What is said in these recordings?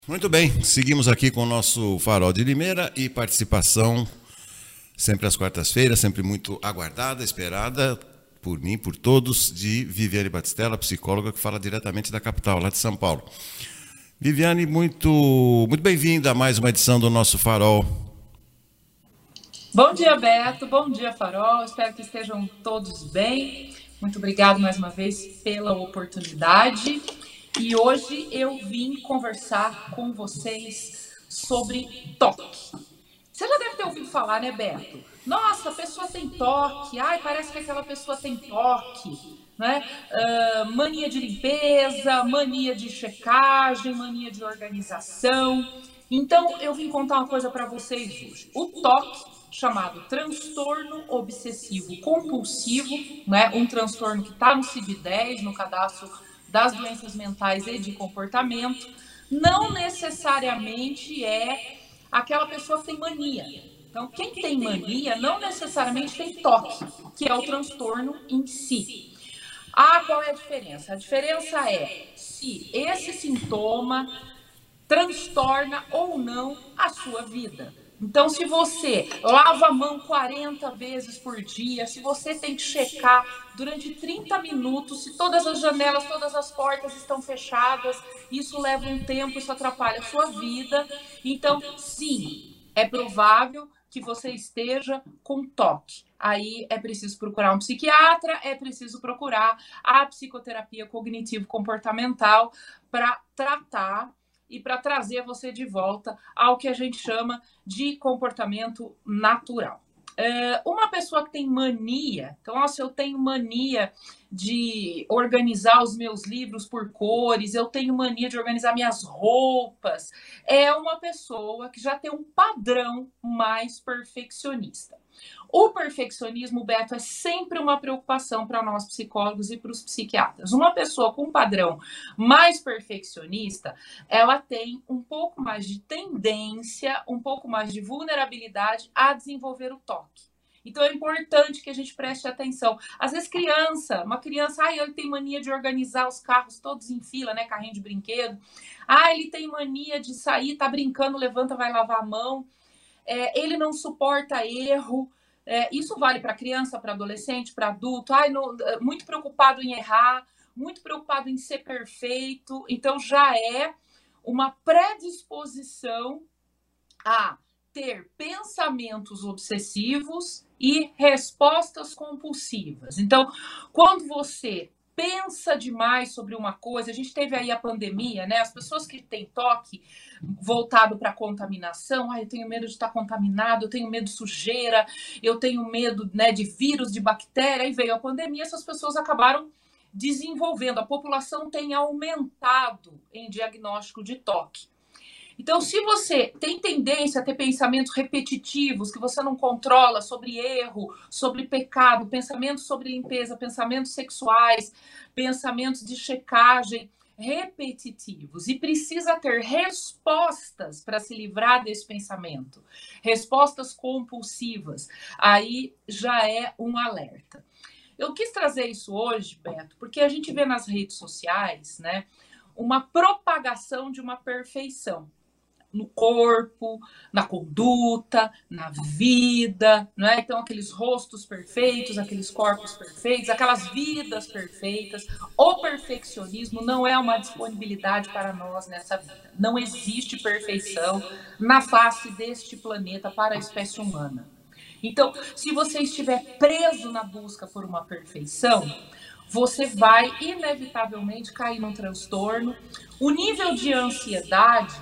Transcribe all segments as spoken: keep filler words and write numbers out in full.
Muito bem, seguimos aqui com o nosso Farol de Limeira e participação sempre às quartas-feiras, sempre muito aguardada, esperada por mim, por todos, de Viviane Batistella, psicóloga que fala diretamente da capital, lá de São Paulo. Viviane, muito, muito bem-vinda a mais uma edição do nosso Farol. Bom dia, Beto. Bom dia, Farol. Espero que estejam todos bem. Muito obrigado mais uma vez pela oportunidade. E hoje eu vim conversar com vocês sobre toque. Você já deve ter ouvido falar, né, Beto? Nossa, a pessoa tem toque. Ai, parece que aquela pessoa tem toque. Né? Uh, mania de limpeza, mania de checagem, mania de organização. Então, eu vim contar uma coisa para vocês hoje. O toque, chamado transtorno obsessivo compulsivo, né? Um transtorno que está no C I D dez, no cadastro das doenças mentais e de comportamento, não necessariamente é aquela pessoa que tem mania. Então, quem tem mania não necessariamente tem toque, que é o transtorno em si. Ah, qual é a diferença? A diferença é se esse sintoma transtorna ou não a sua vida. Então, se você lava a mão quarenta vezes por dia, se você tem que checar durante trinta minutos, se todas as janelas, todas as portas estão fechadas, isso leva um tempo, isso atrapalha a sua vida. Então, sim, é provável que você esteja com toque. Aí é preciso procurar um psiquiatra, é preciso procurar a psicoterapia cognitivo-comportamental para tratar e para trazer você de volta ao que a gente chama de comportamento natural. É, uma pessoa que tem mania, então, nossa, eu tenho mania de organizar os meus livros por cores, eu tenho mania de organizar minhas roupas, é uma pessoa que já tem um padrão mais perfeccionista. O perfeccionismo, Beto, é sempre uma preocupação para nós psicólogos e para os psiquiatras. Uma pessoa com um padrão mais perfeccionista, ela tem um pouco mais de tendência, um pouco mais de vulnerabilidade a desenvolver o toque. Então é importante que a gente preste atenção. Às vezes criança, uma criança, ah, ele tem mania de organizar os carros todos em fila, né, carrinho de brinquedo. Ah, ele tem mania de sair, tá brincando, levanta, vai lavar a mão. É, ele não suporta erro. É, isso vale para criança, para adolescente, para adulto. Ai, não, muito preocupado em errar, muito preocupado em ser perfeito. Então já é uma predisposição a ter pensamentos obsessivos e respostas compulsivas. Então, quando você pensa demais sobre uma coisa, a gente teve aí a pandemia, né? As pessoas que têm toque voltado para contaminação, ah, eu tenho medo de estar contaminado, eu tenho medo de sujeira, eu tenho medo, né, de vírus, de bactéria, e veio a pandemia, essas pessoas acabaram desenvolvendo, a população tem aumentado em diagnóstico de toque. Então, se você tem tendência a ter pensamentos repetitivos, que você não controla sobre erro, sobre pecado, pensamentos sobre limpeza, pensamentos sexuais, pensamentos de checagem repetitivos, e precisa ter respostas para se livrar desse pensamento, respostas compulsivas, aí já é um alerta. Eu quis trazer isso hoje, Beto, porque a gente vê nas redes sociais, né, uma propagação de uma perfeição no corpo, na conduta, na vida, não é? Então, aqueles rostos perfeitos, aqueles corpos perfeitos, aquelas vidas perfeitas. O perfeccionismo não é uma disponibilidade para nós nessa vida. Não existe perfeição na face deste planeta para a espécie humana. Então, se você estiver preso na busca por uma perfeição, você vai inevitavelmente cair num transtorno. O nível de ansiedade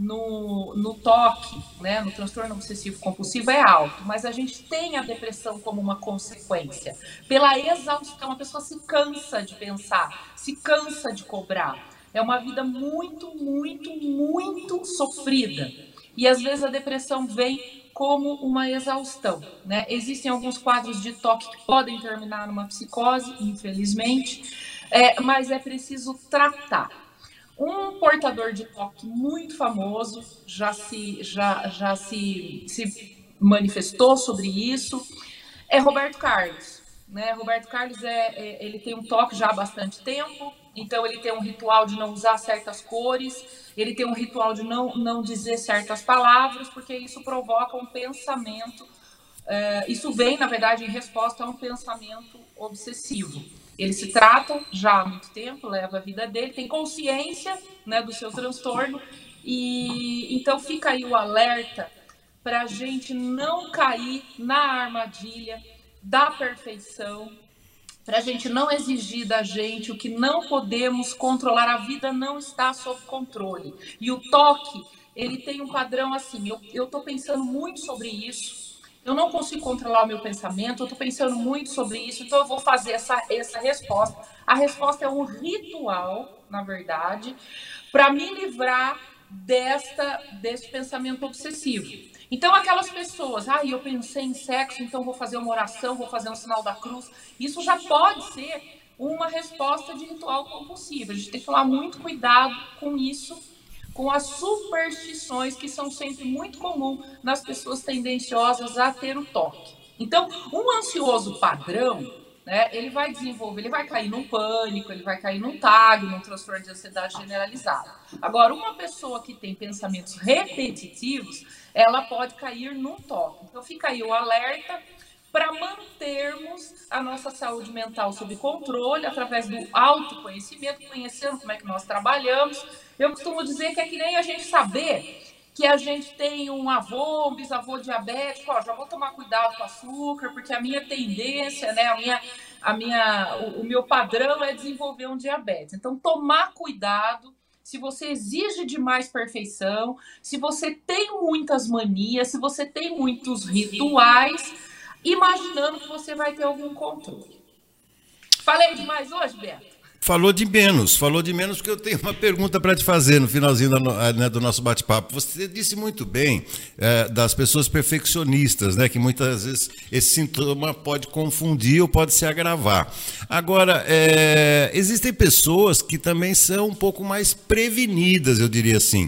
No, no toque, né, no transtorno obsessivo compulsivo é alto, mas a gente tem a depressão como uma consequência. Pela exaustão, a pessoa se cansa de pensar, se cansa de cobrar. É uma vida muito, muito, muito sofrida. E às vezes a depressão vem como uma exaustão, né? Existem alguns quadros de toque que podem terminar numa psicose, infelizmente, é, mas é preciso tratar. Um portador de toque muito famoso já se, já, já se, se manifestou sobre isso, é Roberto Carlos. Né? Roberto Carlos é, é, ele tem um toque já há bastante tempo, Então, ele tem um ritual de não usar certas cores, ele tem um ritual de não, não dizer certas palavras, porque isso provoca um pensamento. Uh, isso vem, na verdade, em resposta a um pensamento obsessivo. Eles se tratam já há muito tempo, leva a vida dele, tem consciência, né, do seu transtorno, e então fica aí o alerta para a gente não cair na armadilha da perfeição, para a gente não exigir da gente o que não podemos controlar. A vida não está sob controle. E o toque, ele tem um padrão assim, eu estou pensando muito sobre isso, eu não consigo controlar o meu pensamento, eu estou pensando muito sobre isso, então eu vou fazer essa, essa resposta. A resposta é um ritual, na verdade, para me livrar desta, desse pensamento obsessivo. Então, aquelas pessoas, ah, eu pensei em sexo, então vou fazer uma oração, vou fazer um sinal da cruz. Isso já pode ser uma resposta de ritual compulsivo. A gente tem que tomar muito cuidado com isso, com as superstições que são sempre muito comuns nas pessoas tendenciosas a ter o toque. Então, um ansioso padrão, né, ele vai desenvolver, ele vai cair num pânico, ele vai cair num T A G, num transtorno de ansiedade generalizada. Agora, uma pessoa que tem pensamentos repetitivos, ela pode cair num toque. Então, fica aí o alerta para mantermos a nossa saúde mental sob controle, através do autoconhecimento, conhecendo como é que nós trabalhamos. Eu costumo dizer que é que nem a gente saber que a gente tem um avô, um bisavô diabético, ó, já vou tomar cuidado com o açúcar, porque a minha tendência, né, a minha, a minha, o, o meu padrão é desenvolver um diabetes. Então, tomar cuidado. Se você exige demais perfeição, se você tem muitas manias, se você tem muitos rituais, imaginando que você vai ter algum controle. Falei demais hoje, Beto? Falou de menos, falou de menos porque eu tenho uma pergunta para te fazer no finalzinho da, né, do nosso bate-papo. Você disse muito bem é, das pessoas perfeccionistas, né, que muitas vezes esse sintoma pode confundir ou pode se agravar. Agora, é, existem pessoas que também são um pouco mais prevenidas, eu diria assim.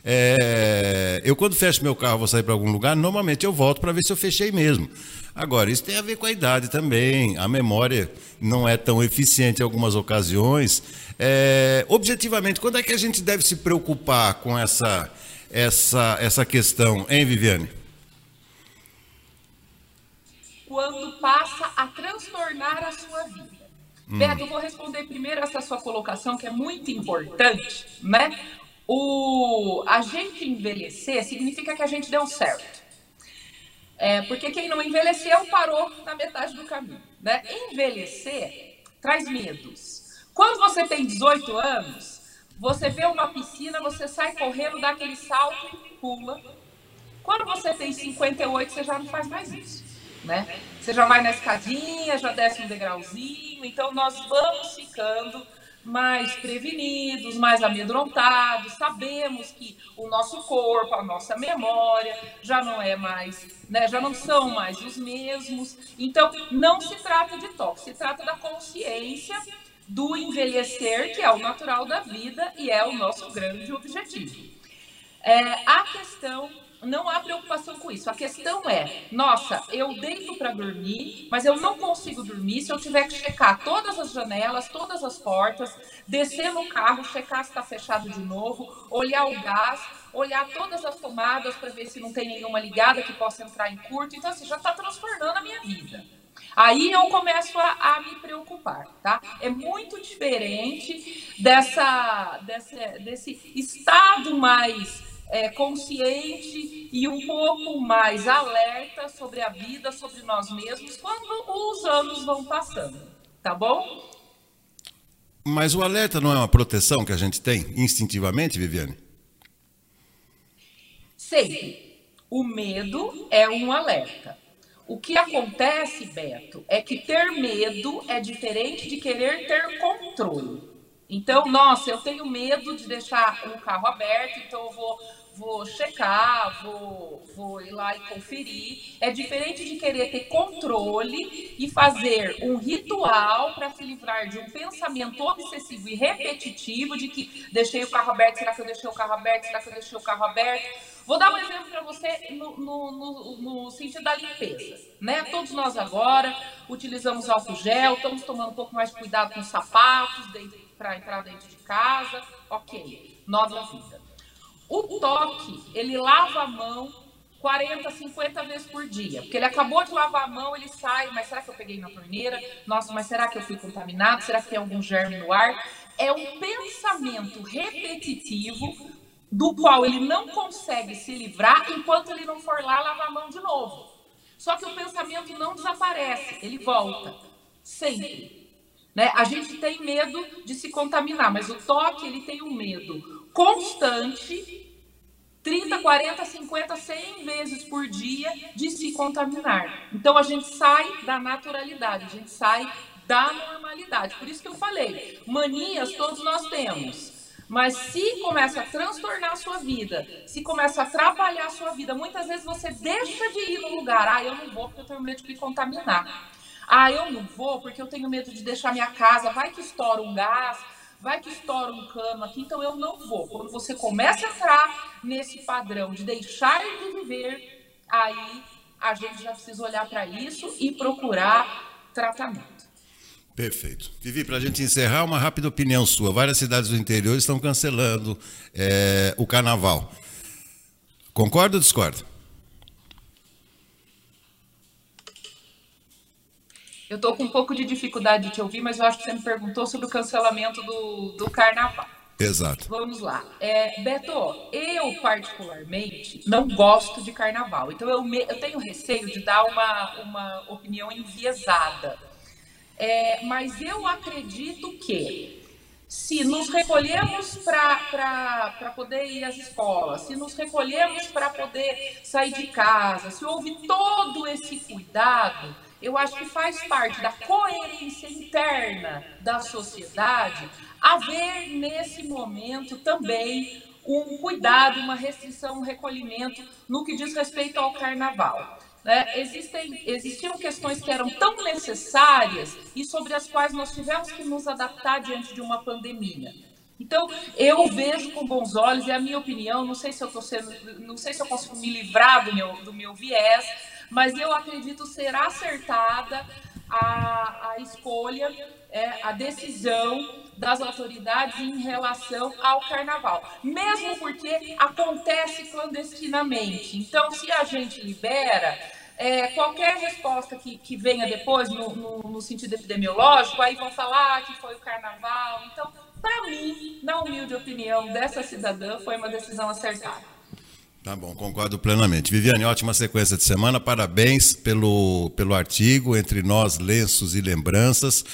É, eu, quando fecho meu carro, vou sair para algum lugar, normalmente eu volto para ver se eu fechei mesmo. Agora, isso tem a ver com a idade também, a memória não é tão eficiente em algumas ocasiões. É, objetivamente, quando é que a gente deve se preocupar com essa, essa, essa questão, hein, Viviane? Quando passa a transtornar a sua vida. Hum. Beto, eu vou responder primeiro essa sua colocação, que é muito importante, né? O, a gente envelhecer significa que a gente deu certo. É, porque quem não envelheceu parou na metade do caminho, né? Envelhecer traz medos. Quando você tem dezoito anos, você vê uma piscina, você sai correndo, dá aquele salto e pula. Quando você tem cinquenta e oito, você já não faz mais isso, né? Você já vai na escadinha, já desce um degrauzinho. Então, nós vamos ficando mais prevenidos, mais amedrontados, sabemos que o nosso corpo, a nossa memória já não é mais, né, já não são mais os mesmos. Então, não se trata de toque, se trata da consciência do envelhecer, que é o natural da vida e é o nosso grande objetivo. É, a questão, não há preocupação com isso. A questão é, nossa, eu deito para dormir, mas eu não consigo dormir se eu tiver que checar todas as janelas, todas as portas, descer no carro, checar se está fechado de novo, olhar o gás, olhar todas as tomadas para ver se não tem nenhuma ligada que possa entrar em curto. Então, assim, já está transtornando a minha vida. Aí eu começo a, a me preocupar, tá? É muito diferente dessa, dessa, desse estado mais É, consciente e um pouco mais alerta sobre a vida, sobre nós mesmos, quando os anos vão passando, tá bom? Mas o alerta não é uma proteção que a gente tem instintivamente, Viviane? Sempre. O medo é um alerta. O que acontece, Beto, é que ter medo é diferente de querer ter controle. Então, nossa, eu tenho medo de deixar o carro aberto, então eu vou, vou checar, vou, vou ir lá e conferir. É diferente de querer ter controle e fazer um ritual para se livrar de um pensamento obsessivo e repetitivo de que deixei o carro aberto, será que eu deixei o carro aberto, será que eu deixei o carro aberto? Vou dar um exemplo para você no, no, no, no sentido da limpeza, né? Todos nós agora utilizamos álcool gel, estamos tomando um pouco mais de cuidado com os sapatos, dentro para entrar dentro de casa, ok, nova vida. O toque, ele lava a mão quarenta, cinquenta vezes por dia, porque ele acabou de lavar a mão, ele sai, mas será que eu peguei na torneira? Nossa, mas será que eu fui contaminado? Será que tem algum germe no ar? É um pensamento repetitivo do qual ele não consegue se livrar enquanto ele não for lá lavar a mão de novo. Só que o pensamento não desaparece, ele volta, sempre. Né? A gente tem medo de se contaminar, mas o toque, ele tem um medo constante, trinta, quarenta, cinquenta, cem vezes por dia de se contaminar. Então, a gente sai da naturalidade, a gente sai da normalidade. Por isso que eu falei, manias todos nós temos. Mas se começa a transtornar a sua vida, se começa a atrapalhar a sua vida, muitas vezes você deixa de ir no lugar. Ah, eu não vou porque eu tenho medo de me contaminar. Ah, eu não vou porque eu tenho medo de deixar minha casa, vai que estoura um gás, vai que estoura um cano aqui, então eu não vou. Quando você começa a entrar nesse padrão de deixar de viver, aí a gente já precisa olhar para isso e procurar tratamento. Perfeito. Vivi, para a gente encerrar, uma rápida opinião sua. Várias cidades do interior estão cancelando é, o carnaval. Concorda ou discorda? Eu estou com um pouco de dificuldade de te ouvir, mas eu acho que você me perguntou sobre o cancelamento do, do carnaval. Exato. Vamos lá. É, Beto, eu particularmente não gosto de carnaval. Então eu, me, eu tenho receio de dar uma, uma opinião enviesada. É, mas eu acredito que se nos recolhemos para poder ir às escolas, se nos recolhemos para poder sair de casa, se houve todo esse cuidado, eu acho que faz parte da coerência interna da sociedade haver nesse momento também um cuidado, uma restrição, um recolhimento no que diz respeito ao carnaval. Né? Existem, existiam questões que eram tão necessárias e sobre as quais nós tivemos que nos adaptar diante de uma pandemia. Então, eu vejo com bons olhos, e a minha opinião, não sei se eu tô sendo, não sei se eu consigo me livrar do meu, do meu viés, mas eu acredito ser acertada a, a escolha, é, a decisão das autoridades em relação ao carnaval, mesmo porque acontece clandestinamente. Então, se a gente libera, é, qualquer resposta que, que venha depois, no, no, no sentido epidemiológico, aí vão falar que foi o carnaval. Então, para mim, na humilde opinião dessa cidadã, foi uma decisão acertada. Tá bom, concordo plenamente. Viviane, ótima sequência de semana, parabéns pelo, pelo artigo Entre Nós, Lenços e Lembranças.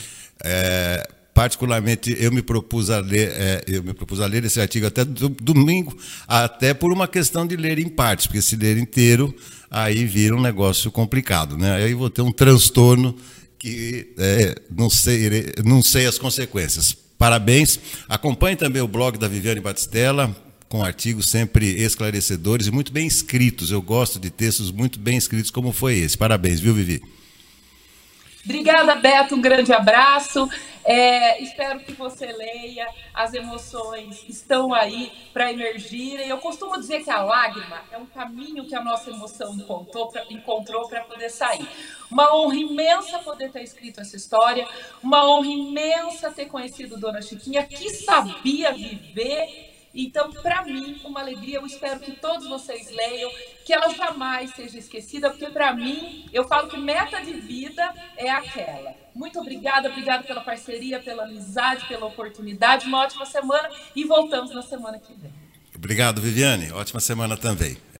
É, particularmente, eu me propus a ler, é, eu me propus a ler esse artigo até do, domingo, até por uma questão de ler em partes, porque se ler inteiro, aí vira um negócio complicado, né? Aí eu vou ter um transtorno que é, não sei, não sei as consequências. Parabéns. Acompanhe também o blog da Viviane Batistella, com artigos sempre esclarecedores e muito bem escritos. Eu gosto de textos muito bem escritos como foi esse. Parabéns, viu, Vivi? Obrigada, Beto. Um grande abraço. É, espero que você leia. As emoções estão aí para emergirem. Eu costumo dizer que a lágrima é um caminho que a nossa emoção encontrou para poder sair. Uma honra imensa poder ter escrito essa história. Uma honra imensa ter conhecido Dona Chiquinha, que sabia viver. Então, para mim, uma alegria. Eu espero que todos vocês leiam, que ela jamais seja esquecida, porque para mim, eu falo que meta de vida é aquela. Muito obrigada, obrigada pela parceria, pela amizade, pela oportunidade. Uma ótima semana e voltamos na semana que vem. Obrigado, Viviane. Ótima semana também.